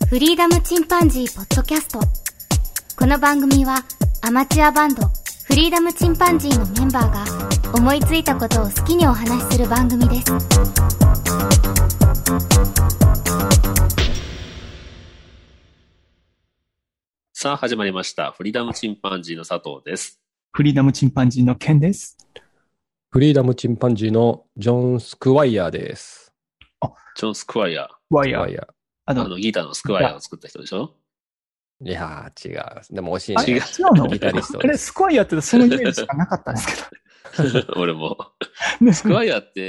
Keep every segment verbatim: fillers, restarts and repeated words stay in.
フリーダムチンパンジーポッドキャスト。この番組はアマチュアバンドフリーダムチンパンジーのメンバーが思いついたことを好きにお話しする番組です。 さあ始まりました。フリーダムチンパンジーの佐藤です。 フリーダムチンパンジーのケンです。 フリーダムチンパンジーのジョン・スクワイヤーです。 あ、ジョン・スクワイヤー。 ワイヤー。 あの、あのギターのスクワイヤーを作った人でしょ？ いやー、違う。でも惜しいね。 違うの？ ギタリストあれ、スクワイヤーってそのイメージしかなかったんですけど。俺も。スクワイヤーって、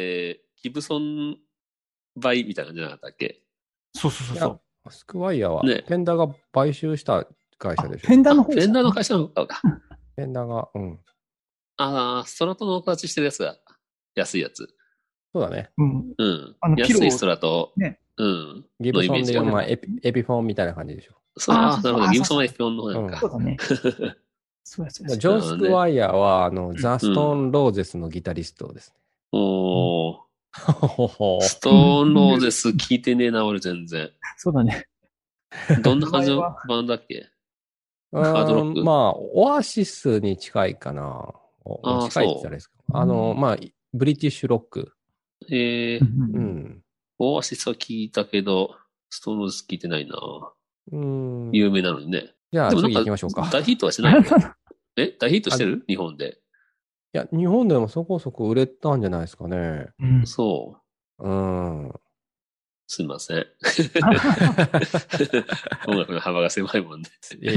ギブソンバイみたいな感じじゃなかったっけ？ そうそうそうそう。 スクワイヤーは、ね、フェンダーが買収した会社でしょ。 フェンダーの方フェンダーの会社の方か。 フェンダーが、うん。 ああ、ストラトの形してるやつが安いやつ。 そうだね。 うん。 うん。あの安いストラト。ね。うん。 ギブソンで、まあ、エピ、エピフォンみたいな感じでしょ。 そう、ああ、なるほど。ギブソンはエピフォンの方なんか。 そうだね。そうやそうや。 ジョン・スクワイヤーは、あの、ザ・ストーン・ローゼスのギタリストですね。 おー。ストーン・ローゼス聞いてねえな、俺全然。 そうだね。 どんな感じのバンドだっけ？ ハードロック？まあ、オアシスに近いかな。近いって言ったらいいですか。あの、まあ、ブリティッシュロック。 ええー。うん。オアシスは聞いたけど、ストーン・ローゼス聞いてないな。うん。有名なのにね。 じゃあ、次行きましょうか。 大ヒットはしてないの？え大ヒットしてる？日本で。 いや、日本でもそこそこ売れたんじゃないですかね。 うん、そう。 うん。 すいません。音楽の幅が狭いもんで。え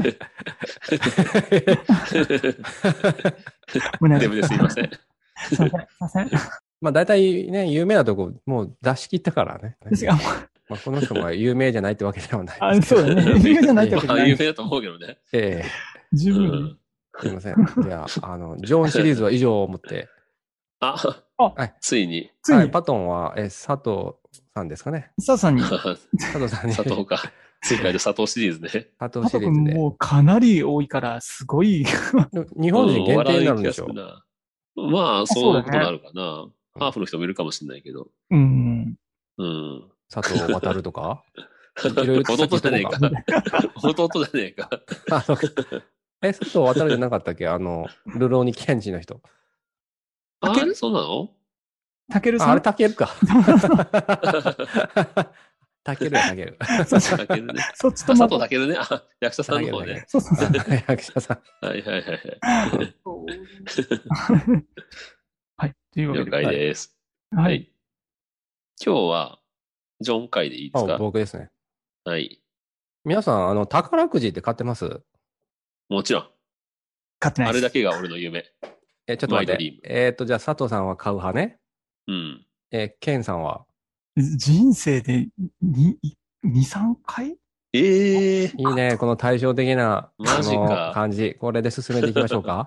え。でもですいません。 すいません。 まあ大体ね、有名なとこもう出し切ったからね。 ですが、 まあ、この人が有名じゃないってわけではない。 あ、そうだね。有名じゃないってわけじゃない。 有名だと思うけどね。 ええ。 十分、うん。 すいません。じゃあ、あの、ジョンシリーズは以上をもって。 あ、はい、ついに。 はい、パトンは、え、佐藤さんですかね。 佐藤さんに。 佐藤さんに。 佐藤か。追加で佐藤シリーズね。 佐藤シリーズで。 もうかなり多いから、すごい。 日本人限定になるんでしょ。 うん、まあ、そういうことになるかな。ね、ハーフの人もいるかもしれないけど。 うん。 うん。 佐藤渡るとか弟じゃねえか。弟じゃねえか。 あ、そうか。え、佐藤渡るじゃなかったっけ？あの、ルローニケンジの人。 あれそうなの？ たけるさん？ あれ、たけるか。たけるや、たける。 たけるね。 そっちと佐藤たけるね。あ、役者さんの方ね。 そうそうそう。 役者さん。 はいはいはいはい。 はい。というわけで。 了解です。 はい。 今日は、ジョン回でいいですか？ 僕ですね。 はい。 皆さん、あの、宝くじって買ってます？ もちろん。 買ってないです。 あれだけが俺の夢。 え、ちょっと待って。えっと、じゃあ佐藤さんは買う派ね。 うん。 え、ケンさんは？ 人生でに、に、さんかい？ ええー。 いいね、この対照的な、 マジか。 感じ。これで進めていきましょうか。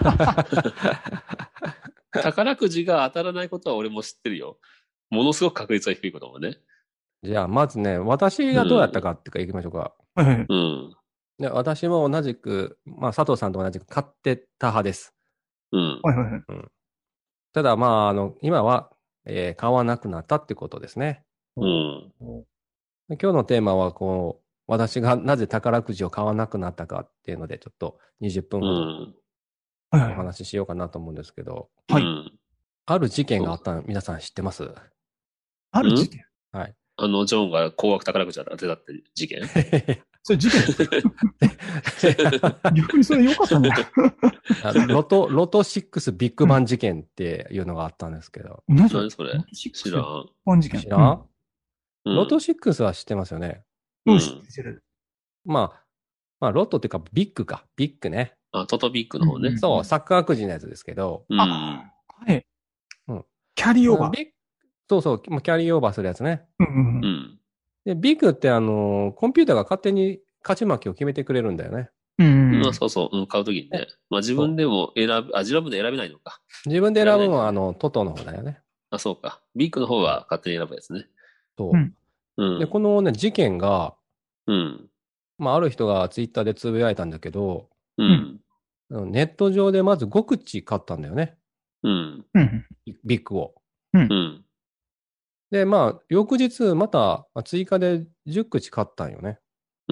宝くじが当たらないことは俺も知ってるよ。ものすごく確率は低いこともね。 じゃあ、まずね、私がどうやったかっていうか行きましょうか。 うん。 うん。 で、私も同じく、まあ、佐藤さんと同じく買ってた派です。 うん。 はいはいはい。うん、 ただ、まあ、あの、今は、えー、買わなくなったってことですね。 うん。 今日のテーマは、こう、私がなぜ宝くじを買わなくなったかっていうので、ちょっとにじゅっぷんほどお話ししようかなと思うんですけど、 はい。うん、 ある事件があったの、皆さん知ってます？ ある事件、 はい。 あの、ジョンが高額宝くじ当てたって事件それ事件逆にそれ良かったね。 ロト、ロトろくビッグバン事件っていうのがあったんですけど。 何それ？それ知らん。 バン事件。 知らん、うん、ロトろくは知ってますよね。 うん、知ってる。 まあ、まあ、ロトっていうかビッグか。ビッグね。 あ、トトビッグの方ね。 そう、サッカーくじのやつですけど。 うん。 あ、はい。 うん。 キャリーオーバー。 そうそう、キャリーオーバーするやつね。 うんうんうん。 で、ビッグってあの、コンピューターが勝手に勝ち負けを決めてくれるんだよね。 うん。 まあ、そうそう、うん、買うときにね。まあ自分でも選ぶ、あ、自分で選べないのか。 自分で選ぶのはあの、トトの方だよね。 あ、そうか。ビッグの方は勝手に選ぶやつね。 そう。うん。で、このね、事件が、 うん。 まあ、ある人がツイッターでつぶやいたんだけど、 うん。 ネット上でまずご口買ったんだよね。 うん。 ビッグを。 うん。 で、まあ、翌日また追加でじゅっくち買ったんよね。 うん。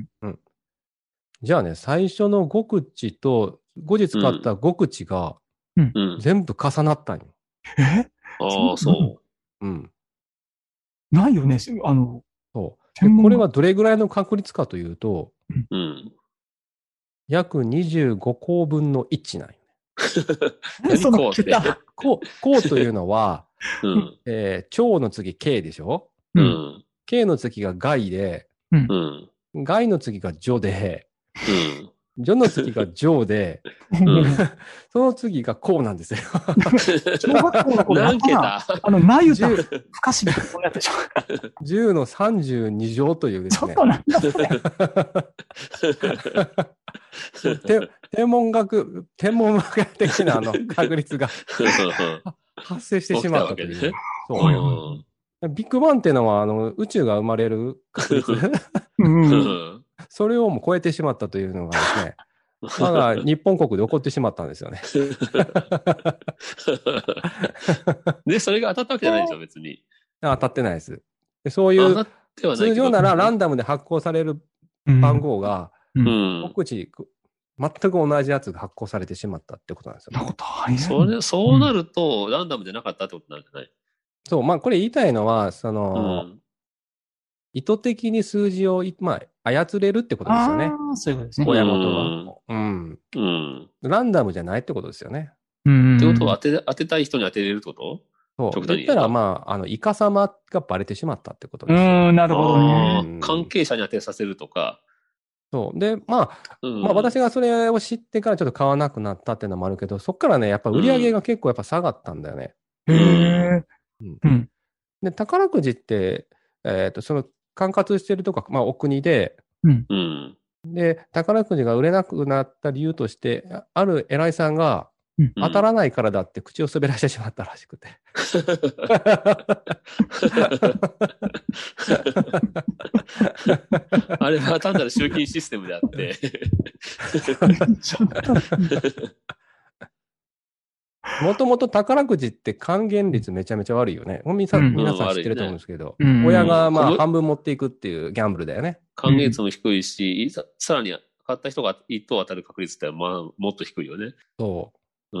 うん。じゃあね、最初のごくちと後日買ったごくちが、全部重なったんよ。 うん、えああ、そう。 うん。 ないよね、あの。 そう。で、これはどれぐらいの確率かというと、 うん。 約にじゅうごこうぶんのいちなんよね。 何こうって。 こう、こうというのは、 うん、 えー、超の次 K でしょ？ うん。 K の次が外で、 うん。 外の次がジで、 うん。 ジョの次がジョーで、うん、その次がこうなんですよ。 小学校の頃何桁あの、まゆた、不可思議なそのやつでしょ。 じゅうのさんじゅうに乗というですね。 ちょっとなんだそれ。天文学、天文学的なあの確率が発生してしまったという。そう。ビッグバンっていうのはあの宇宙が生まれる確率。うんそれをも超えてしまったというのがですね、まだ日本国で起こってしまったんですよね。 で、それが当たったわけじゃないでしょ、別に。 当たってないです。でそういう、通常ならランダムで発行される番号が、各地、全く同じやつが発行されてしまったってことなんですよ、 ね。それ、そうなると、ランダムじゃなかったってことなんじゃない？ そう、まあこれ言いたいのは、その、うん意図的に数字を、まあ、操れるってことですよね。 ああ、そういうことですね。 親元は。うん。うん。ランダムじゃないってことですよね。 うん。ってことは当て、当てたい人に当てれるってことそう。言ったら、まあ、あの、イカ様がバレてしまったってことです。 うん、なるほどね。関係者に当てさせるとか。 そう。で、まあ、うん、まあ私がそれを知ってからちょっと買わなくなったっていうのもあるけど、そっからね、やっぱ売り上げが結構やっぱ下がったんだよね。 へえ。 うん。で、宝くじって、えっと、その、管轄してるとか、まあ、お国で、 うん、 で、宝くじが売れなくなった理由として、ある偉いさんが、うん、当たらないからだって口を滑らしてしまったらしくて。 あれは単なる集金システムであって。 もともと宝くじって還元率めちゃめちゃ悪いよね。皆さん、皆さん知ってると思うんですけど、うん、親がまあ半分持っていくっていうギャンブルだよね。 還元率も低いし、さ, さらに買った人が一等当たる確率ってまあもっと低いよね。 そう。 うん。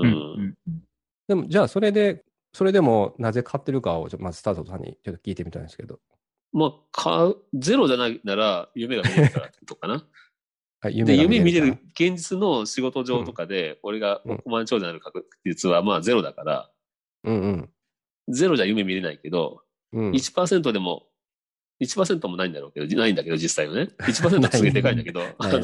でも、じゃあそれで、それでもなぜ買ってるかをまずスタートさんにちょっと聞いてみたいんですけど。 まあ、買う、ゼロじゃないなら夢が見れるからってことかな。 夢で、夢見れる、現実の仕事上とかで、うん、俺が億万長者になる確率はまあゼロだから、 うんうん、 ゼロじゃ夢見れないけど、うん、いちパーセント でも、いちパーセント もないんだろうけど、ないんだけど、実際はね。いちパーセント はすげえでかいんだけど、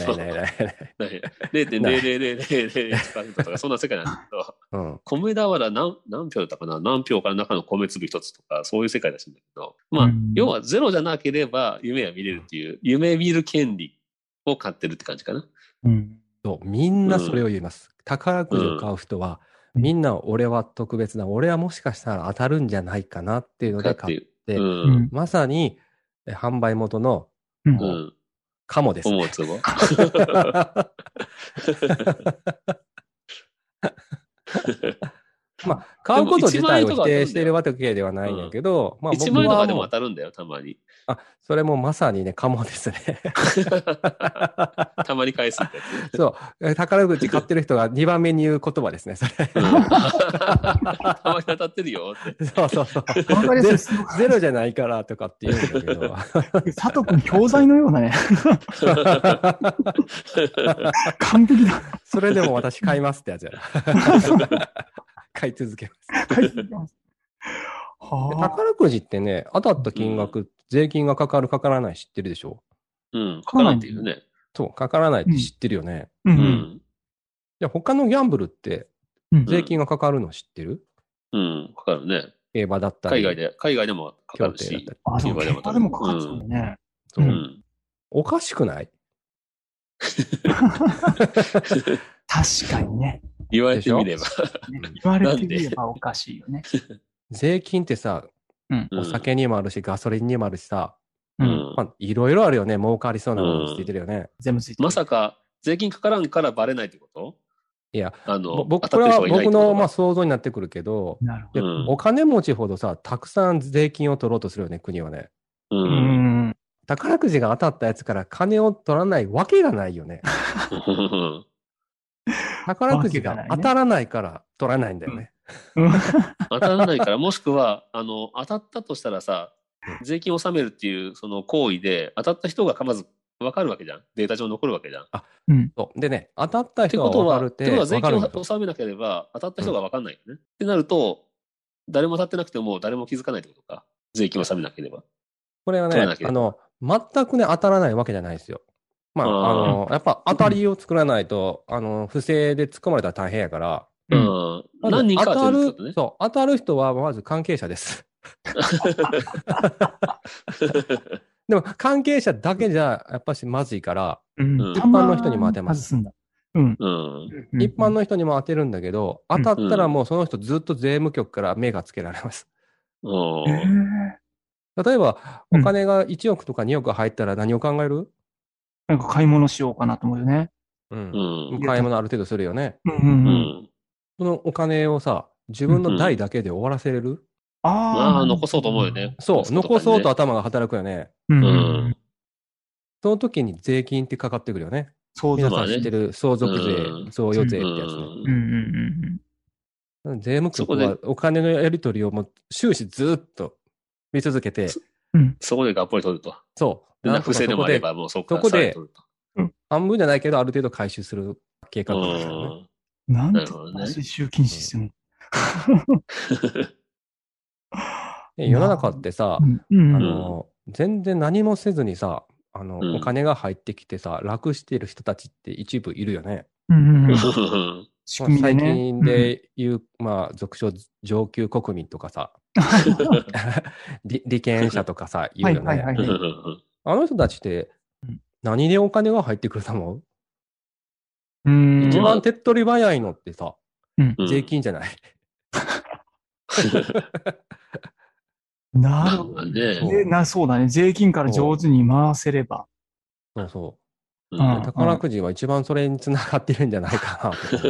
ゼロてんゼロゼロゼロゼロゼロいちパーセント とか、そんな世界なんだけど、うん、米俵何、何票だったかな何票から中の米粒一つとか、そういう世界らしいんだけど、まあ、うん、要はゼロじゃなければ夢は見れるっていう、夢見る権利を買ってるって感じかな。 うん。そう、みんなそれを言います。うん、宝くじを買う人は、うん、みんな俺は特別な、俺はもしかしたら当たるんじゃないかなっていうので買って、うん、まさに販売元の、うん、カモですね。 思うつぼ。 まあ、買うこと自体を否定しているわけではないんだけど、 うん、まあ、いちまん円とかでも当たるんだよ、たまに。 あ、それもまさにね、カモですね。 たまに返すってやつ。そう。宝くじ買ってる人がにばんめに言う言葉ですね、それ。 うん、たまに当たってるよって。 そうそうそう。ゼロじゃないからとかって言うんだけど。 佐藤君、教材のようなね。完璧だ。 それでも私買いますってやつや。買い続けます。 買い続けます。 宝くじってね、当たった金額、うん、税金がかかるかからない知ってるでしょ？ うん、かからないっていうね。 そう、かからないって知ってるよね。 うん。うん、 じゃあ他のギャンブルって、税金がかかるの知ってる？ うん、かかるね。 競馬だったり。 海外で、海外でもかかるし。 あ、競馬でもかかるもんね。 そう。おかしくない？ 確かにね。 言われてみれば。 言われてみればおかしいよね。 税金ってさ、うん、お酒にもあるし、ガソリンにもあるしさ、 うん。 まあ、いろいろあるよね。儲かりそうなものついてるよね。 全部ついてる。 まさか、税金かからんからバレないってこと？ いや、 あの、 僕、これは僕のまあ想像になってくるけど、 なるほど。 お金持ちほどさ、たくさん税金を取ろうとするよね、国はね。 うん。 うん。 宝くじが当たったやつから金を取らないわけがないよね。宝くじが当たらないから取らないんだよね。 当たらないから、もしくは、あの、当たったとしたらさ、税金を納めるっていうその行為で、当たった人がまず分かるわけじゃん。データ上残るわけじゃん。 あ、うん。そう。でね、当たった人が分かるって。ってことは、税金を納めなければ、当たった人が分かんないよね。うん、ってなると、誰も当たってなくても誰も気づかないってことか。税金を納めなければ。 これはね、あの、全くね、当たらないわけじゃないですよ。まあ、あの、やっぱ当たりを作らないと、あの、不正で突っ込まれたら大変やから、 うん。ま、何人か当たる、ね、そう、当たる人はまず関係者です。でも、関係者だけじゃ、やっぱしまずいから、うん、一般の人にも当てます。 うん。 一般の人にも当てるんだけど、当たったらもうその人ずっと税務局から目がつけられます。 うん、 例えば、お金がいちおくとかにおく入ったら何を考える？ なんか買い物しようかなと思うよね。 うん。買い物ある程度するよね。 うんうんうん。 そのお金をさ、自分の代だけで終わらせれる？うん、 ああ、残そうと思うよね。 そう、残そうと頭が働くよね。 うん。 その時に税金ってかかってくるよね。 相続税。皆さん知ってる相続税、贈与税ってやつね。 うんうんうん。税務局はお金のやり取りをもう終始ずっと見続けて、 そこでがっぽり取ると。 そう。 不正でもあればもうそこで、半分じゃないけどある程度回収する計画ですよね。 なんて正しい集金システム。 世の中ってさ、うん、あの、全然何もせずにさ、あの、うん、お金が入ってきてさ、楽してる人たちって一部いるよね。 うんうん、 最近で言う、うん、まあ、俗称上級国民とかさ、利権者とかさ、言うよね。はいはいはいはい、あの人たちって、何でお金が入ってくると思う？ うん、 一番手っ取り早いのってさ、 うん、 税金じゃない。 なるほど、ね。な、そうだね。税金から上手に回せれば。 そうそう。うん、宝くじは一番それにつながってるんじゃないか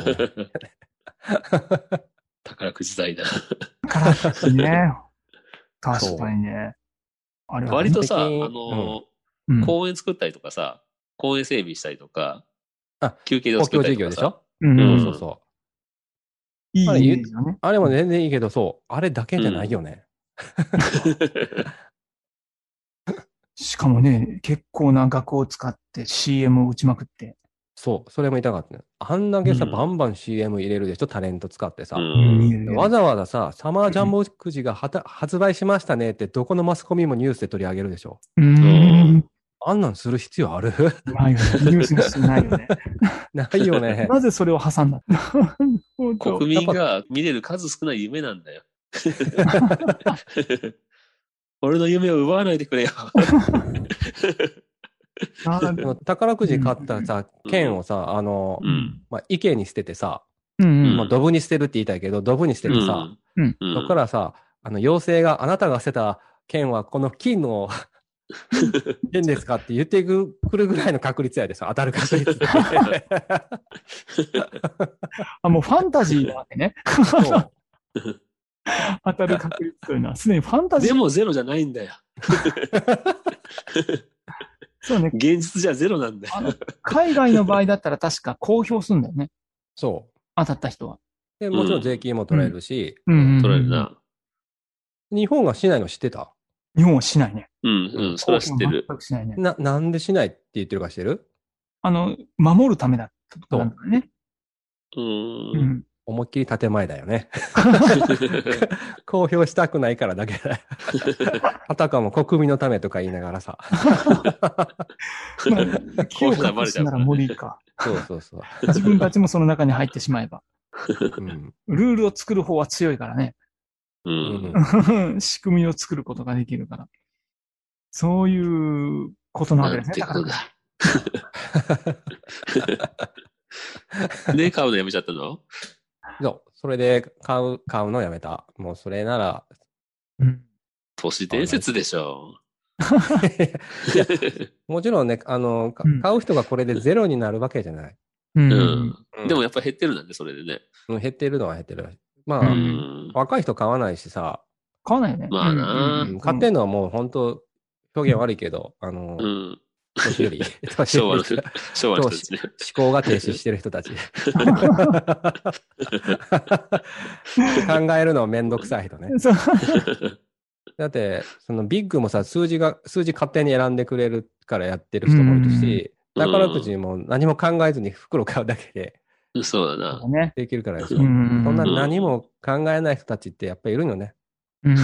な。宝くじ代だ。 宝くじね。確かにね。 あれは割とさ、あの、うん、公園作ったりとかさ、公園整備したりとか、 あ、 休憩所作ったりとかさ。 公共事業でしょ？ うん、 うん、そうそう。 いい、 あれ、 いいですよね。 あれも全然いいけど、そう。あれだけじゃないよね。 しかもね、結構な額を使って シーエム を打ちまくって。 そう、それも言いたかったね。あんだけさ、うん、バンバン シーエム 入れるでしょ、タレント使ってさ。 うん、 わざわざさ、サマージャンボくじがはた、うん、発売しましたねって、どこのマスコミもニュースで取り上げるでしょ。 うーん。 あんなんする必要ある？ ないよね。ニュースにしてないよね。 ないよね。 なぜそれを挟んだ？ 国民が見れる数少ない夢なんだよ。俺の夢を奪わないでくれよ。 宝くじ買ったさ、券をさ、あの、 うん、 まあ、池に捨ててさ、 うんうんまあ、ドブに捨てるって言いたいけど、ドブに捨ててさ、 うん、 そこからさ、あの、妖精があなたが捨てた券はこの金の券ですかって言ってくるぐらいの確率やでさ、当たる確率。 あ、もうファンタジーなわけね。 そう当たる確率というのはすでにファンタジー。 でもゼロじゃないんだよ。 そうね。 現実じゃゼロなんだよ。 海外の場合だったら確か公表するんだよね。 そう。 当たった人は。 でもちろん税金も取られるし。 うんうんうん、 取られるな。 日本がしないの知ってた？ 日本はしないね。 うんうん、それは知ってる。 全くしないね。 な、なんでしないって言ってるか知ってる？ あの、守るためだったんだね。 うーん。 うん。 思いっきり建前だよね。公表したくないからだけだ。あたかも国民のためとか言いながらさ。 気を隠すなら無理か。 そうそうそう。 自分たちもその中に入ってしまえば。 うん、 ルールを作る方は強いからね。 うん、 仕組みを作ることができるから。そういうことなわけですね。 だから。で、買うのやめちゃったの？ そう。それで買う、買うのやめた。もうそれなら。 うん。 都市伝説でしょ。 もちろんね、あの、買う人がこれでゼロになるわけじゃない。 うん。 うん。でもやっぱ減ってるなんで、それでね。 うん、減ってるのは減ってる。まあ、うん、若い人買わないしさ。 買わないよね。 まあな、 うん、買ってんのはもう本当表現悪いけど、あの、うん、年寄り。 昭和の人、昭和の人ですね。 思考が停止してる人たち。考えるのめんどくさい人ね。だって、そのビッグもさ、数字が、数字勝手に選んでくれるからやってる人もいるし、宝くじも何も考えずに袋買うだけで。 そうだな。 できるからですよ。そんな何も考えない人たちってやっぱりいるのね。 うん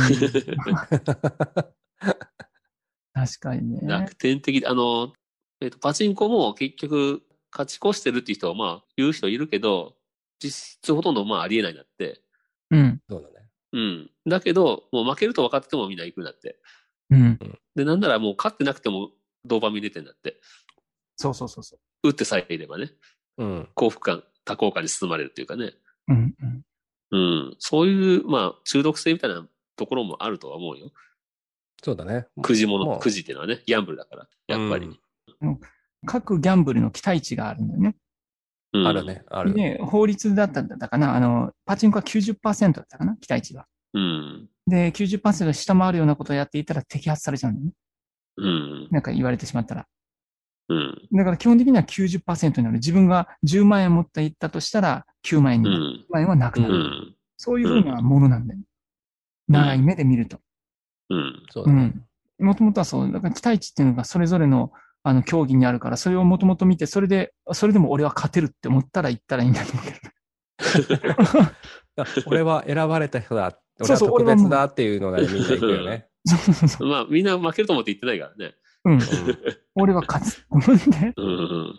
確かにね。 楽天的、あの、えっと、パチンコも結局勝ち越してるっていう人はまあ言う人いるけど、実質ほとんどまあありえないんだって。 うん。 そうだね。 うん。だけど、もう負けると分かっててもみんな行くんだって。 うん。 で、なんならもう勝ってなくてもドーパミン出てんだって。 そうそうそうそう。 打ってさえいればね。うん。幸福感、多幸感に包まれるっていうかね。 うん、うん。 うん。そういう、まあ、中毒性みたいなところもあるとは思うよ。 そうだね。 くじもの、くじっていうのはね、ギャンブルだから、やっぱり。 うん、各ギャンブルの期待値があるんだよね。 うん、あるね、ある。 で、法律だったんだかな、あの、パチンコは きゅうじゅっパーセント だったかな、期待値が。 うん。 で、きゅうじゅっパーセント 下回るようなことをやっていたら摘発されちゃうんだよね。 うん。 なんか言われてしまったら。 うん。 だから基本的には きゅうじゅっパーセント になる。自分がじゅうまん円持っていったとしたらきゅうまん円になる。うん、きゅうまん円はなくなる。うん、そういうふうなものなんだよ。うん、長い目で見ると。 うん。 そうだね。 もともとはそう、だから期待値っていうのがそれぞれのあの競技にあるから、それをもともと見て、それで、それでも俺は勝てるって思ったら行ったらいいんだと思うけど。 俺は選ばれた人だ。俺は特別だっていうのがみんな行くよね。 そうそうそう。 まあみんな負けると思って言ってないからね。 うん。俺は勝つって思ってうん、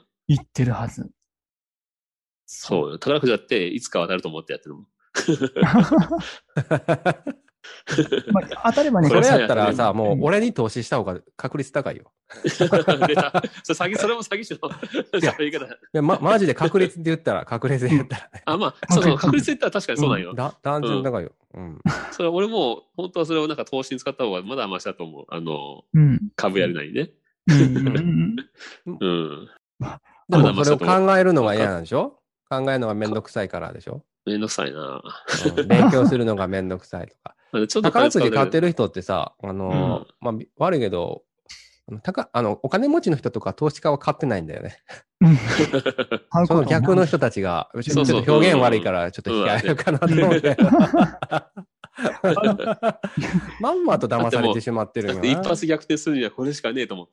言ってるはず。 そうよ。宝くじだっていつか当たると思ってやってるもん。 まあ、当たればね、 それやったらさ、もう俺に投資した方が確率高いよ。 出た。それ詐欺、それも詐欺師の言い方。 いや、ま、マジで確率で言ったら、確率で言ったらね。 あ、まあ、そうそう、確率で言ったら確かにそうなんよ。 うん、だ、単純高いよ。うん。 それ俺も、本当はそれをなんか投資に使った方がまだマシだと思う。あの、 うん、 株やるなりね。 うん。 うん。 でもそれを考えるのが嫌なんでしょ？考えるのがめんどくさいからでしょ？ めんどくさいな、 うん、勉強するのがめんどくさいとか。宝くじ買ってる人ってさ、あの、うん、まあ、悪いけど、たか、あの、お金持ちの人とか投資家は買ってないんだよね。その逆の人たちが、ちょっと表現悪いからちょっと控えるかなと思うけど。まんまと騙されてしまってるよな。 一発逆転するにはこれしかねえと思って。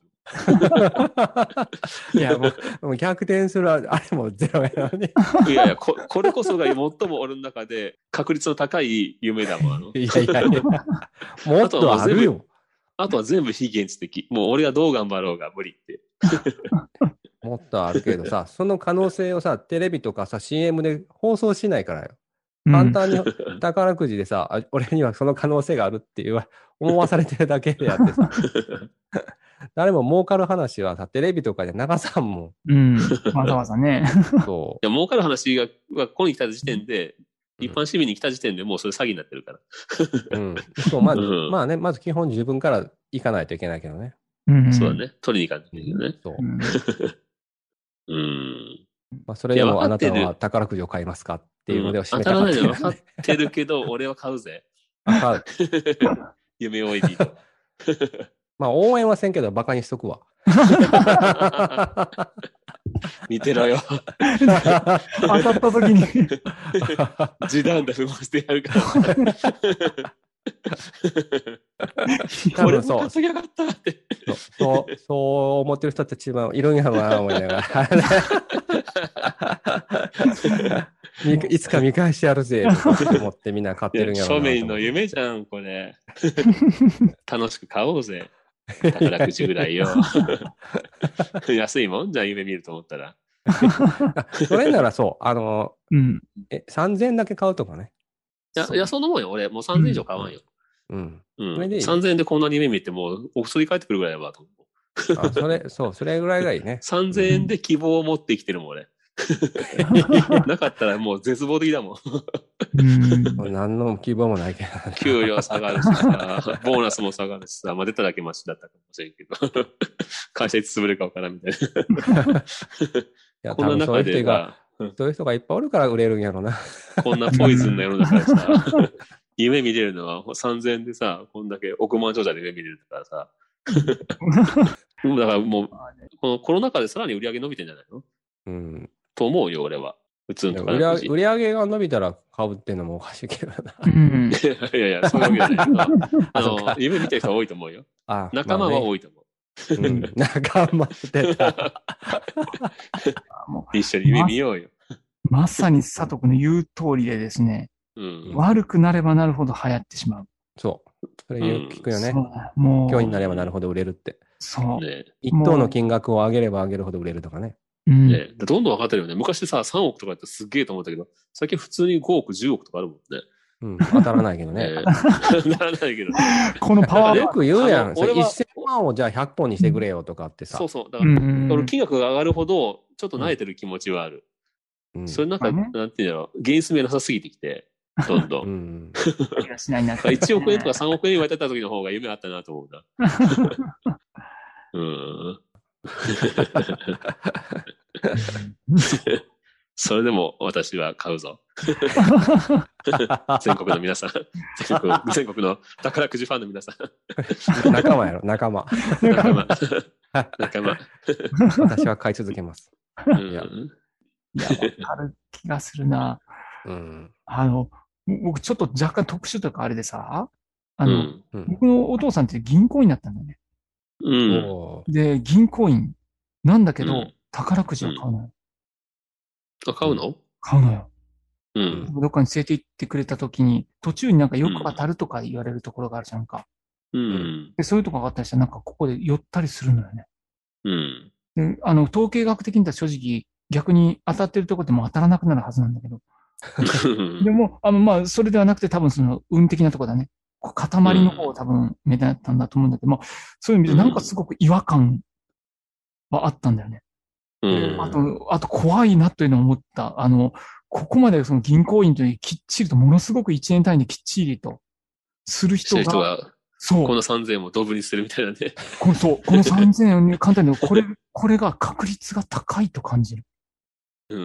いや、もう、もう逆転するあれもゼロやのに。 いやいやこ、これこそが最も俺の中で確率の高い夢だもん。あのいやいやいや。もっとあるよ。 あとは全部非現実的。もう俺がどう頑張ろうが無理って。 もっとあるけどさ、その可能性をさ、テレビとかさ、シーエム で放送しないからよ。簡単に宝くじでさ、うん、俺にはその可能性があるっていう思わされてるだけであってさ。誰も儲かる話はさ、テレビとかで流さんもん。 うん。わざわざね。 そう。いや、儲かる話が、ここに来た時点で、うん、一般市民に来た時点でもうそれ詐欺になってるから。 うん。そう、まず、うん、まあね、まず基本自分から行かないといけないけどね。 うん。 そうだね。取りに行かないといけないね。 そう。 うん。 まあ、それでもあなたは宝くじを買いますかっていうのでを締めたかった、ね。 当たらないの分かってるけど、俺は買うぜ。 買う。 夢追いビート。 まあ、応援はせんけど、バカにしとくわ。 見てろよ。 当たった時に。 時短で踏ませてやるから。 多分そう。 稼ぎやがったって。 そう、そう思ってる人たちもいるんやろうな、思いながら。いつか見返してやるぜ、と思ってみんな買ってるんやろうな。 庶民の夢じゃん、これ。楽しく買おうぜ。宝くじぐらいよ。安いもんじゃあ夢見ると思ったら。 それならそう、あの、 うん、 え、さんぜんえんだけ買うとかね。 いや、いや、そんなもんよ。俺、もうさんぜんえん以上買わんよ。 うん。 うん。さんぜんえんでこんなに夢見て、もうお薬返ってくるぐらいはと思う。あ、それ、そう、それぐらいがいいね。 さんぜんえんで希望を持って生きてるもん、俺。なかったらもう絶望的だもん。 うん何の希望もないけど。 給料下がるしさ、ボーナスも下がるしさ、まあ出ただけマシだったかもしれんけど、会社いつ潰れるかわからんみたいな。 や、 こんな中でが、そういう人がいっぱいおるから売れるんやろな。 こんなポイズンな世の中でさ、夢見れるのはさんぜんえんでさ、こんだけ億万長者で夢見れるからさ。だからもう、このコロナ禍でさらに売り上げ伸びてんじゃないの？うん。と思うよ、俺は。普通の売り売り上げが伸びたら買うっていうのもおかしいけどな。 うん、 いやいや、そういうわけじゃないけど。あの、夢見てる人は多いと思うよ。あ仲間は多いと思う。 まあねうん、仲間ってた。 一緒に夢見ようよ。 まさに佐藤君の言う通りでですね、うん、悪くなればなるほど流行ってしまう。 そう。それよく聞くよね。うん、もう今日になればなるほど売れるって。 そう。 ね、 一等の金額を上げれば上げるほど売れるとかね。 うんね、どんどん上がってるよね。昔さ、さんおくとかやってすっげえと思ったけど、最近普通にごおく、じゅうおくとかあるもんね。 うん、当たらないけどね。 ならないけどね。 このパワーよく言うやん。せんまんをじゃあひゃっぽんにしてくれよとかってさ。 そうそう。だから、うんうん、金額が上がるほど、ちょっと慣れてる気持ちはある。うん、それなんか、ね、なんていうんだろう、原因名なさすぎてきて、どんどん。うん、いちおくえんとかさんおくえん言われてた時の方が夢あったなと思うな。うんそれでも私は買うぞ。全国の皆さん。全国、全国の宝くじファンの皆さん。仲間やろ、仲間。 仲間。仲間。 私は買い続けます。 うん、いや、わかる気がするな。うん、あの、僕ちょっと若干特殊とかあれでさ、あの、うんうん、僕のお父さんって銀行員だったんだよね。 うん、 で、銀行員なんだけど、うん、宝くじを買うのよ。 あ、買うの？ 買うのよ。 うん。 どっかに連れて行ってくれた時に、途中になんかよく当たるとか言われるところがあるじゃんか。 うん。 で、そういうとこがあったりしたら、なんかここで寄ったりするのよね。 うん。 で、あの、統計学的に言ったら正直、逆に当たってるところでも当たらなくなるはずなんだけど。でも、あの、まあ、それではなくて多分その、運的なところだね。塊の方を多分目立ったんだと思うんだけど、まあ、そういう意味でなんかすごく違和感はあったんだよね。 うん、 あと、あと怖いなというのを思った。あの、ここまでその銀行員というきっちりと、ものすごく一年単位できっちりとする人が、 人がそう。このさんぜんえんもドブにするみたいなね。 こそう。このさんぜんえんを簡単に、これ、これが確率が高いと感じる。 うん。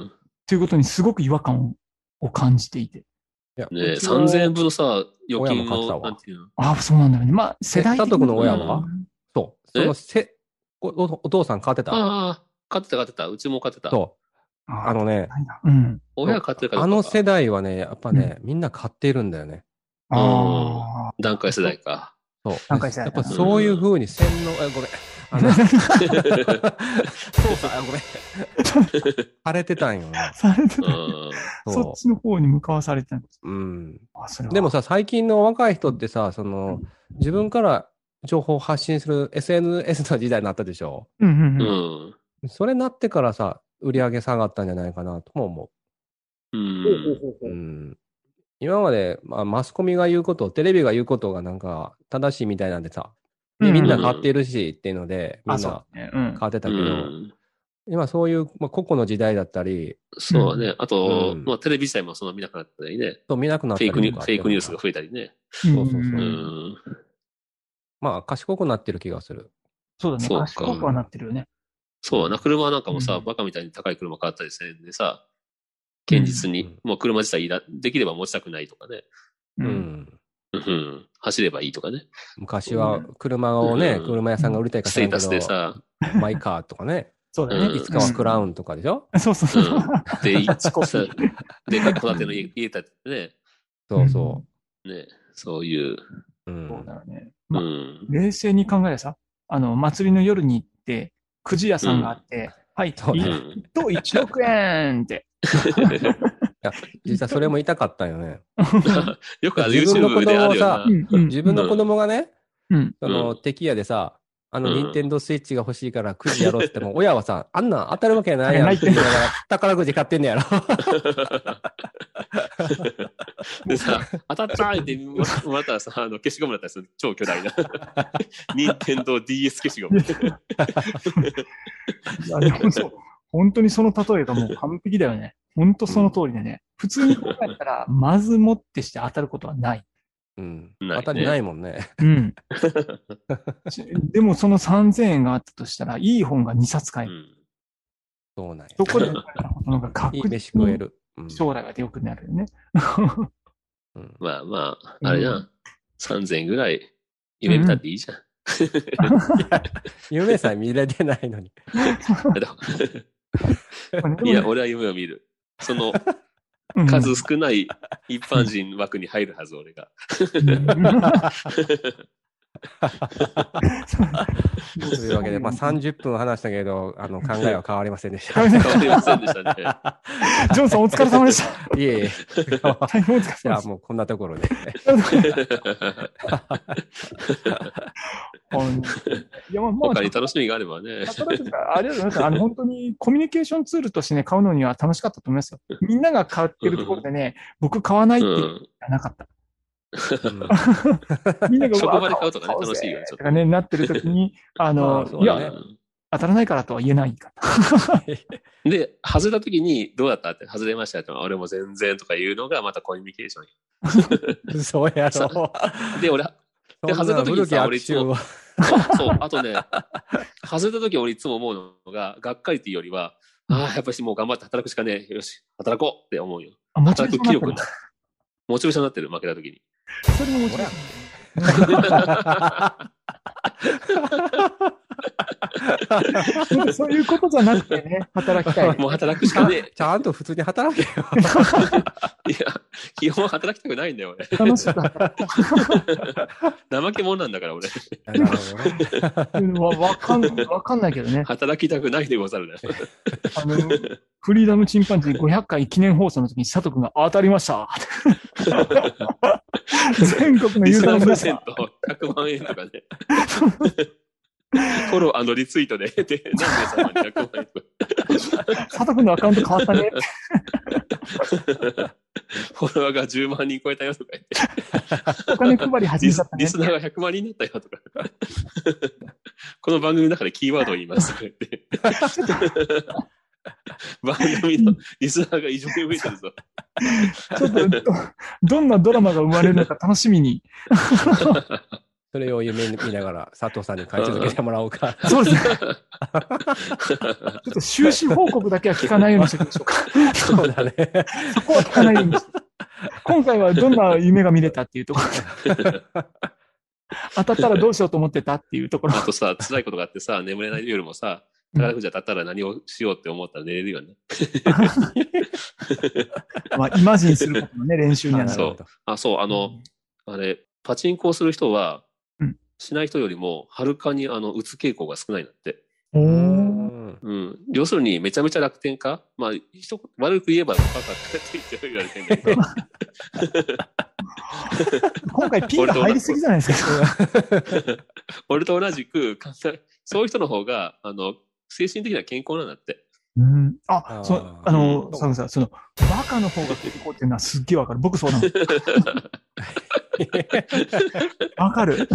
ということにすごく違和感を感じていて。いやねえ、さんぜんえんぶんのさ、預金を、なんていうの？ ああ、そうなんだよね。まあ、世代的に。佐藤の親は、うん、そう。そのせお、お父さん買ってた？ ああ。買ってた買ってた。うちも買ってた。 そう。あのね、 うん、 親買ってるから。 あの世代はね、やっぱね、うん、みんな買ってるんだよね。 ああ。段階世代か。 そう。 段階世代。 やっぱそういう風に洗脳、え、ごめん。あの、そうさ、ごめん。されてたんよな。 されてた。そっちの方に向かわされてたんです。 うん。でもさ、最近の若い人ってさ、その、自分から情報を発信する エスエヌエス の時代になったでしょ。 うんうんうん。 うん、 それになってからさ、売り上げ下がったんじゃないかなとも思う。うん。 うん、今まで、まあ、マスコミが言うこと、テレビが言うことがなんか正しいみたいなんでさ、でみんな買っているしっていうので、みんな買ってたけど、うん、今そういう、まあ、個々の時代だったり。 そうね。あと、うん、まあ、テレビ自体もそんな見なくなったりね。 そう、見なくなったりフェイクニュ。フェイクニュースが増えたりね。 そうそうそう。 うん、 まあ、賢くなってる気がする。 そうだね。賢くはなってるよね。 そうな、車なんかもさ、うん、バカみたいに高い車買ったりしてるんでさ、現実に、うん、もう車自体いら、できれば持ちたくないとかね。 うん。 うん。走ればいいとかね。 昔は車をね、うん、車屋さんが売りたいか知らんけど、 ステータスでさ、 マイカーとかね。 そうだね。 いつかはクラウンとかでしょ、 うん、そうそうそう。 うん、で、いつこさ、で、戸建ての家建ててね。 そうそう。 ね、そういう。 うん、そうだよね。まあ、うん、冷静に考えればさ、あの、祭りの夜に行って、くじ屋さんがあって、うん、はい、そうね。いっとういちおくえんって。 いや、実はそれも痛かったよね。 よくある YouTube であるよな。 自分の子供がね、 うん、 その、敵屋でさ、あの、ニンテンドースイッチが欲しいからくじやろうって言っても、親はさ、あんなん当たるわけないやんって言いながら、宝くじ買ってんねやろ。 でさ、当たったーってまたさ、あの、消しゴムだったりする超巨大な。ニンテンドー ディーエス 消しゴム。 いや、でもそう。本当にその例えがもう完璧だよね。本当その通りでね。普通に考えたら、まずもってして当たることはない。 うん。ね、当たりないもんね。 うん。でもそのさんぜんえんがあったとしたら、いい本がにさつ買える。 そうなんや。 そこで、なんか確いい飯実に食える。うん将来が良くなるよね。 うん、 まあまあ、あれじゃん。うん、さんぜんえんぐらい夢見たっていいじゃん。 うん、いや夢さえ見れてないのに。 いや、俺は夢を見る。その、数少ない一般人枠に入るはず、俺が。 というわけで、まあ、さんじゅっぷん話したけど、あの考えは変わりませんでした。 変わりませんでしたね。 ジョンさんお疲れ様でした。 いえいえ。 大変お疲れ様です。 じゃあもうこんなところで。 いやまあ他に楽しみがあればね。 あれだあの本当にコミュニケーションツールとしてね、買うのには楽しかったと思いますよ。みんなが買ってるところでね、僕買わないって言ってなかった。うん、みんながそこまで買うとかね、楽しいよね。 とかね、なってる時に、あの、まあね、いや、当たらないからとは言えないかな。で、外れた時に、どうだったって、外れましたって、俺も全然とか言うのがまたコミュニケーション。 そうやろ。 で、俺、で、外れた時にさ、俺いつも、そう、あとね、外れた時俺いつも思うのが、がっかりっていうよりは、ああ、やっぱりもう頑張って働くしかねえ。よし、働こうって思うよ。働く気力になる。モチベーションになってる、負けた時に。 それももちろん。そういうことじゃなくてね、働きたい。 もう働くしかねえ。 ちゃんと普通に働けよ。 いや、基本働きたくないんだよ、俺。 楽しかった。 怠け者なんだから、俺。 わかん、わかんないけどね。 働きたくないでござるね。 あの、フリーダムチンパンジーごひゃっかい記念放送の時に佐藤くんが当たりました。全国のユーザーの皆さん。ひゃくまんえんとかね。フォロー&リツイートで、で、何名様にひゃくまんえんとか。 佐藤くんのアカウント変わったね。 フォロワーがじゅうまんにん超えたよとか言って。 お金配り始めちゃったね。 リスナーがひゃくまんにんになったよとか。この番組の中でキーワードを言いますとか言って。番組のリスナーが異常に増えてるぞ。 ちょっとど、どんなドラマが生まれるのか楽しみに。 それを夢見ながら佐藤さんに買い続けてもらおうか。 そうですね。ちょっと収支報告だけは聞かないようにしておきましょうか。 そうだね。 そこは聞かないようにして。今回はどんな夢が見れたっていうところ。当たったらどうしようと思ってたっていうところ。 あとさ、辛いことがあってさ、眠れない夜もさ、宝くじ当たったら何をしようって思ったら寝れるよね。 まあ、イマジンすることのね、練習にはなる。 そう。あ、そう、あの、うん、あれ、パチンコをする人は、うん、しない人よりも、はるかに、あの、打つ傾向が少ないんだって。 おー。 うん。要するに、めちゃめちゃ楽天家まあ、一悪く言えば、バカって言って言われてるんだけど。 今回ピンが入りすぎじゃないですか。 俺と同じく、そういう人の方が、あの、精神的には健康なんだって。 うん。あ、そう、あの、佐野さん、その、バカの方が健康っていうのはすっげえわかる。僕そうなの。わかる。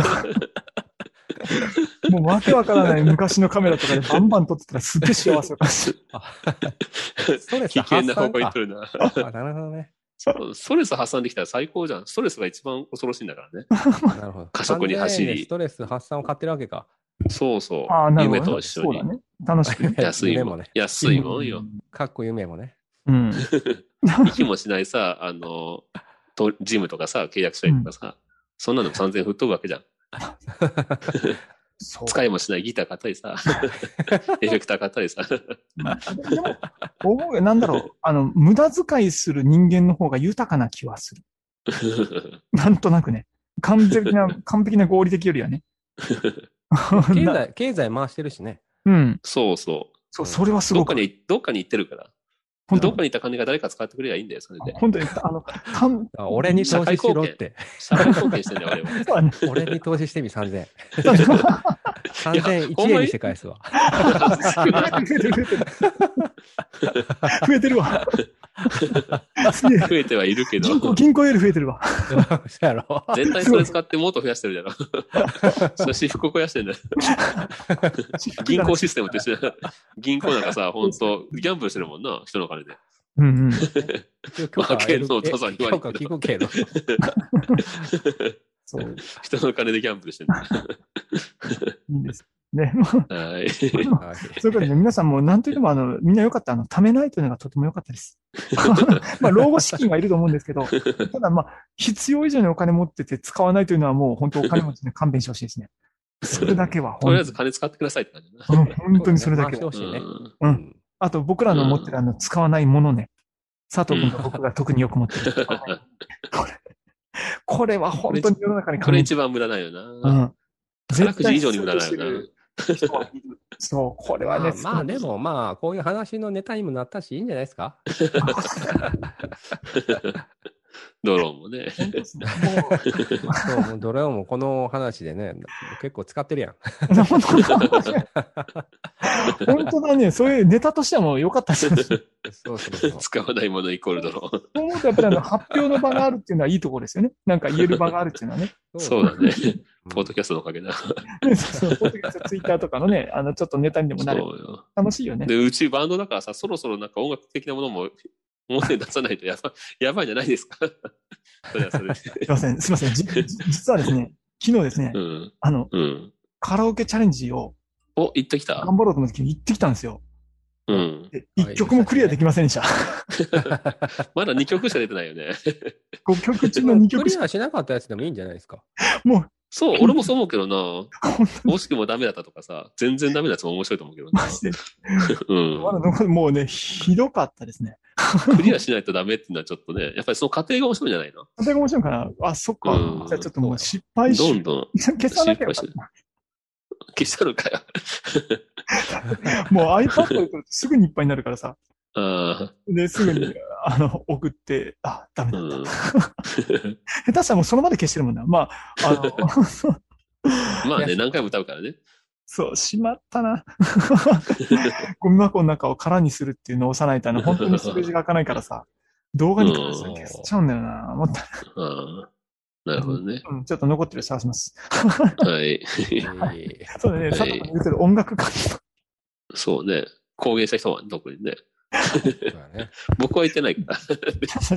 もうわけわからない昔のカメラとかでバンバン撮ってたらすっげえ幸せだったし。 危険な方向に行ってるな。 あ、なるほどね。 ストレス発散できたら最高じゃん。ストレスが一番恐ろしいんだからね。 なるほど。 加速に走り。 ストレス発散を買ってるわけか。 そうそう。 あ、 夢と一緒に。 そうだね。楽しく。 安いもんね。安いもんよ。 かっこ夢もね。 うん。 息もしないさ、あの、ジムとかさ、契約したりとかさ、うん、そんなのさんぜんえん吹っ飛ぶわけじゃん。使いもしないギター買ったりさ、エフェクター買ったりさ。でも、思うなんだろう、あの、無駄遣いする人間の方が豊かな気はする。なんとなくね。完璧な、完璧な合理的よりはね。 経済、経済回してるしね。 うん。 そうそう。 そう、それはすごく。 どっかに、どっかに行ってるから。どっかに行った金が誰か使ってくれりゃいいんだよ、それで。 本当に、あの、かん俺に投資しろって。 社会貢献してんだよ、俺は。 そうね、俺に投資してみ、さんぜんえん。さんぜんいちえんにして返すわ。 増えてるわ。 増えてはいるけど。 銀行、銀行より増えてるわ。 そうやろ。 絶対それ使ってもっと増やしてるじゃろ。それ私服増やしてんだよ。銀行システムと一緒だ。銀行なんかさ、ほんと、ギャンブルしてるもんな、人の金で。 うんうん。 負けるのを父さんに言われてる。 聞くけど。 そう。人の金でギャンブルしてるんだ。 いいです。 ね。 はい。 そういうことで、ね、皆さんも何と言っても、あの、みんな良かった、あの、貯めないというのがとても良かったです。まあ、老後資金はいると思うんですけど、ただまあ、必要以上にお金持ってて使わないというのはもう本当お金持ちで勘弁してほしいですね。それだけは。 とりあえず金使ってくださいって感じだな。うん、本当にそれだけは。 欲しいね。 うん。あと、僕らの持ってるあの、使わないものね。佐藤君と僕が特によく持ってる。これ、これは本当に世の中にこれ一番無駄ないよな。うん。宝くじ以上に無駄ないよな。 そう、これはね。 まあ、まあ、でもまあ、こういう話のネタにもなったし、いいんじゃないですか。 ドローンもね。 そう、もうドローンもこの話でね、結構使ってるやん。 本当だね。そういうネタとしてはもう良かったです。 そうそうそう。使わないものイコールドローン。 そう思うとやっぱりあの発表の場があるっていうのはいいところですよね。なんか言える場があるっていうのはね。 そうだね。ポッドキャストのおかげだ。 そうそう、ポッドキャスト、ツイッターとかのね、あの、ちょっとネタにでもなる。そうよ。楽しいよね。 で、うちバンドだからさ、そろそろなんか音楽的なものも表に出さないとやばい、やばいじゃないですか。それはそれすいません、すいません。じ実はですね、昨日ですね、うん、あの、うん、カラオケチャレンジを、 お、行ってきた頑張ろうと思って行ってきたんですよ。 うん。 一曲もクリアできませんでした。 まだ二曲しか出てないよね。 ごきょく中のにきょくしか。クリアしなかったやつでもいいんじゃないですか。 もう。 そう、俺もそう思うけどな。惜しくもダメだったとかさ、全然ダメなやつも面白いと思うけどな。マジで。うん。まだもうね、ひどかったですね。 クリアしないとダメっていうのはちょっとね、やっぱりその過程が面白いんじゃないの？ 過程が面白いかな。あ、そっか。うん、じゃあちょっともう失敗しどんどん。 消さなきゃ。 消したのかよ。 もう iPad ですぐにいっぱいになるからさ。 あで、すぐに、あの、送って、あ、ダメだった。うん、下手したらもうその場で消してるもんな。まあ、あの、まあね、何回も歌うからね。 そう、しまったな。ゴミ箱の中を空にするっていうのを押さないと、あの、本当に数字が開かないからさ、動画に関しては消しちゃうんだよな。思った。 なるほどね。 うん、ちょっと残ってる探します。 はい。 そうだね、佐藤が言ってる音楽家。 そうね。公言した人は特にね。僕は言ってないから。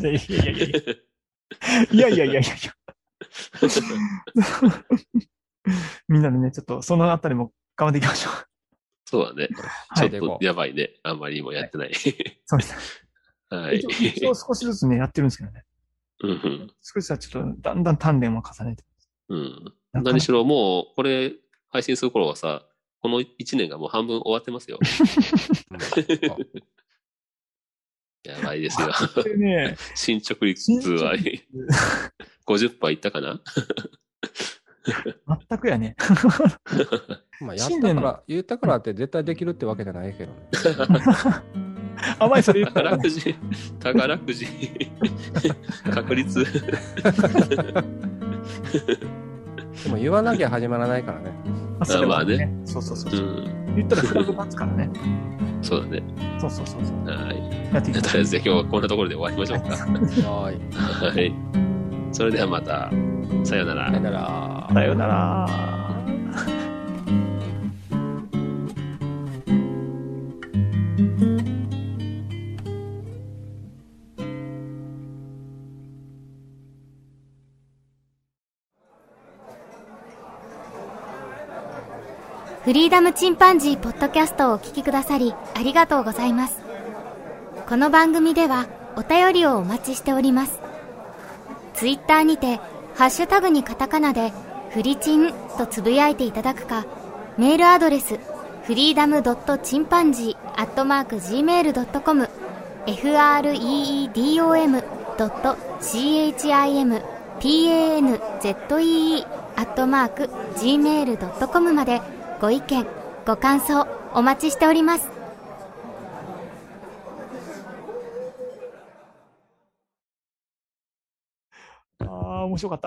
いやいやいやいや。いやいやいやいやいや。みんなでね、ちょっとそのあたりも頑張っていきましょう。 そうだね。ちょっとやばいね。あんまりにもやってない。 そうですね。 はい。 一応少しずつね、やってるんですけどね。 うんうん、 少しはちょっとだんだん鍛錬を重ねて。 うん。何しろもう、これ配信する頃はさ、このいちねんがもう半分終わってますよ。やばいですよ。 ね、 進捗率はごじゅっパーセント いったかな。 全くやね。 まあやったから、言ったからって絶対できるってわけじゃないけどね。 甘いそれ言ったら、 宝くじ、宝くじ、確率。 でも言わなきゃ始まらないからね。 あ、それはね。ねそうそうそう。うん、言ったらフラグ立つからね。 そうだね。 そうそうそうそう。 はい。やっていきましょう。とりあえず今日はこんなところで終わりましょうか。 はい。 はい。それではまた、さよなら。 さよなら。 さよなら。 フリーダムチンパンジーポッドキャストをお聞きくださりありがとうございます。この番組ではお便りをお待ちしております。ツイッターにてハッシュタグにカタカナでフリチンとつぶやいていただくか、メールアドレスフリーダムドットチンパンジーアットマークジーメールドットコム フリーダムドットチンパンジーアットマークジーメールドットコムまでご意見、ご感想お待ちしております。 ああ、面白かった。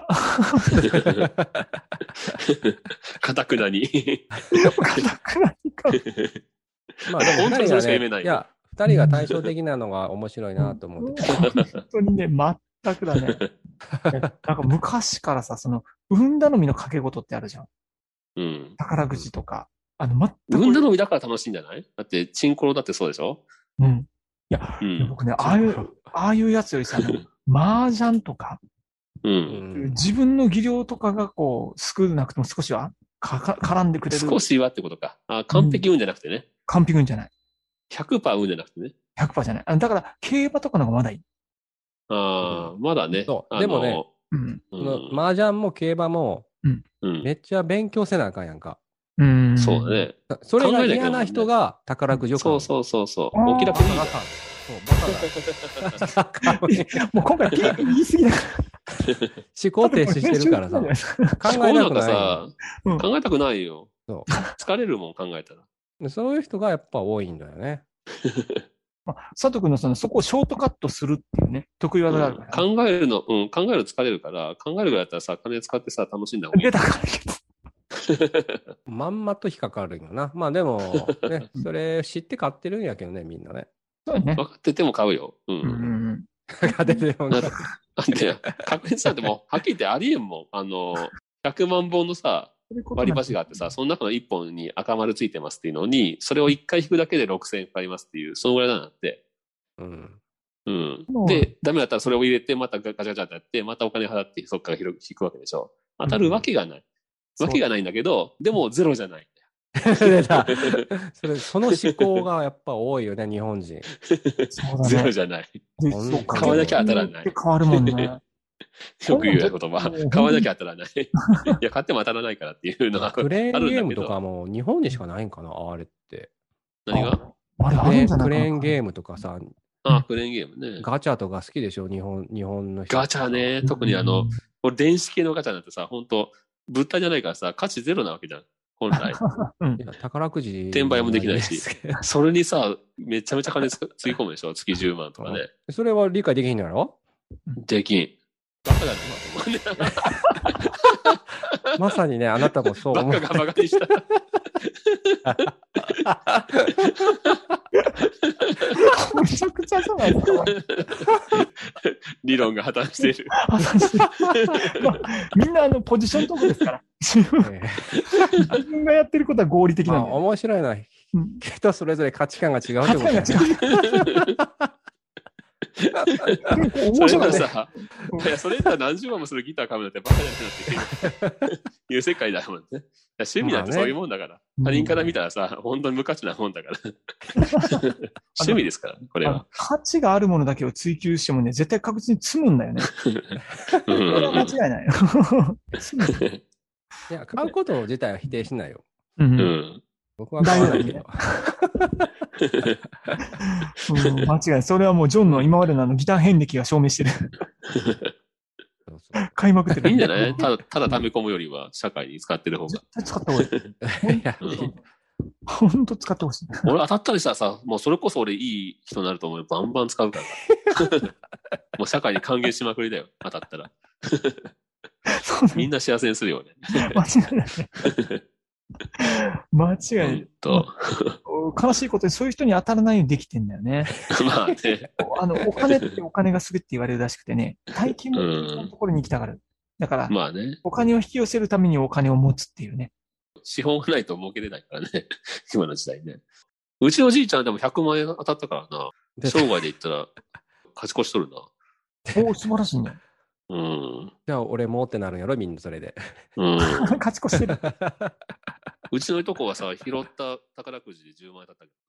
かたくなに。 かたくなにか。 まあでも本当にそれしか読めない。 いや、二人が対照的なのが面白いなと思って。 本当にね、全くだね。なんか昔からさ、その、運頼みの掛け事ってあるじゃん。 うん。 宝くじとか。あの、全く。 運頼みだから楽しいんじゃない？だって、チンコロだってそうでしょ？ うん。いや、うん、僕ね、ああいう、ああいうやつよりさ、麻雀とか、 うん、 自分の技量とかがこう、少なくとも少しはかか絡んでくれる。 少しはってことか。あ、完璧運じゃなくてね。うん、 完璧運じゃない。 ひゃくパーセント 運じゃなくてね。 ひゃくパーセント じゃない。だから、競馬とかの方がまだいい。 ああ、うん、まだね。 そう。でもね、うん、麻雀も競馬も、うん、めっちゃ勉強せなあかんやんか。 うん。 そうだね。 それが嫌な人が宝くじを買う。 そうそうそうそう。お気楽にいい。 そう、バカだ。もう今回言い過ぎだから。 思考停止してるからさ。 考えなくないさ、うん、考えたくないよ。そう疲れるもん、考えたら。 そういう人がやっぱ多いんだよね。 まあ、佐藤君のその、そこをショートカットするっていうね、得意技があるから、 ねうん。考えるの、うん、考えるの疲れるから、考えるぐらいだったらさ、金使ってさ、楽しんだ方がいい。 出たからまんまと引っかかるよな。まあでも、ね、それ知って買ってるんやけどね、みんなね。 そうね。 分かってても買うよ。うん。うん、 分かってても買う。 なんで、確率なんてもう、はっきり言ってありえんもん。あの、ひゃくまんぼんのさ、割り箸があってさ、その中のいっぽんに赤丸ついてますっていうのに、それをいっかい引くだけでろくせんえんかかりますっていう、そのぐらいなんだって。うん。うん。で、ダメだったらそれを入れて、またガチャガチャってやって、またお金払って、そっから引くわけでしょ。当たるわけがない。うん、わけがないんだけど、でもゼロじゃない。 それその思考がやっぱ多いよね、日本人。 そうだね、ゼロじゃない。買わなきゃ当たらない。 変わるもんね。 よく言う言葉。買わなきゃ当たらない。いや、買っても当たらないからっていうのはクレーンゲームとかも日本にしかないんかな、あれって。 何があれあるんじゃないかな。 クレーンゲームとかさ。 あ、クレーンゲームね。 ガチャとか好きでしょ、日本、日本の人。 ガチャね。特にあの、俺電子系のガチャなんてさ、本当物体じゃないからさ、価値ゼロなわけじゃん。本来。 うん、 いや宝くじ。 転売もできないし。それにさ、めちゃめちゃ金つつぎ込むでしょ月じゅうまんとかね。 それは理解できひんのやろできん。バカだね、 まさにね、あなたもそう思う。 バカがバカにした。 めちゃくちゃじゃないですか。 理論が破綻している。 まあ、みんなあのポジショントークですから。自分がやってることは合理的なんで、 まあ、面白いな。人それぞれ価値観が違うってことだね。 それがさ、いや、それだ何十万もするギター買うなんてバカじゃないっていう世界だもんね。趣味なんてそういうもんだから。他人から見たらさ、本当に無価値なもんだから。趣味ですから、これは。 価値があるものだけを追求してもね、絶対確実に積むんだよね。それは間違いない。 いや、買うこと自体は否定しないよ。 うん。 僕は買わないけど。 うん、間違いない。それはもうジョンの今までのあのギター遍歴が証明してる。 そうそう買いまくってる。 いいんじゃないただ、ただ溜め込むよりは社会に使ってる方が。 絶対使った方がいい。本当使ってほしい。 俺当たったりしたらさ、もうそれこそ俺いい人になると思う。バンバン使うから。もう社会に還元しまくりだよ。当たったら。みんな幸せにするよね。 間違いない。間違いない。 と悲しいことにそういう人に当たらないようにできてんだよね。 まあね。 あの、お金ってお金がすぐって言われるらしくてね、大金のところに行きたがる。だから、 まあね、 お金を引き寄せるためにお金を持つっていうね。 資本がないと儲けれないからね。今の時代ね。うちのじいちゃんでもひゃくまんえん当たったからな。生涯で言ったら勝ち越しとるな。 おお、素晴らしいね。 うん。 じゃあ俺もってなるんやろみんなそれで。 うん。 勝ち越してる。 うちのいとこはさ、拾った宝くじでじゅうまんえんだったけど。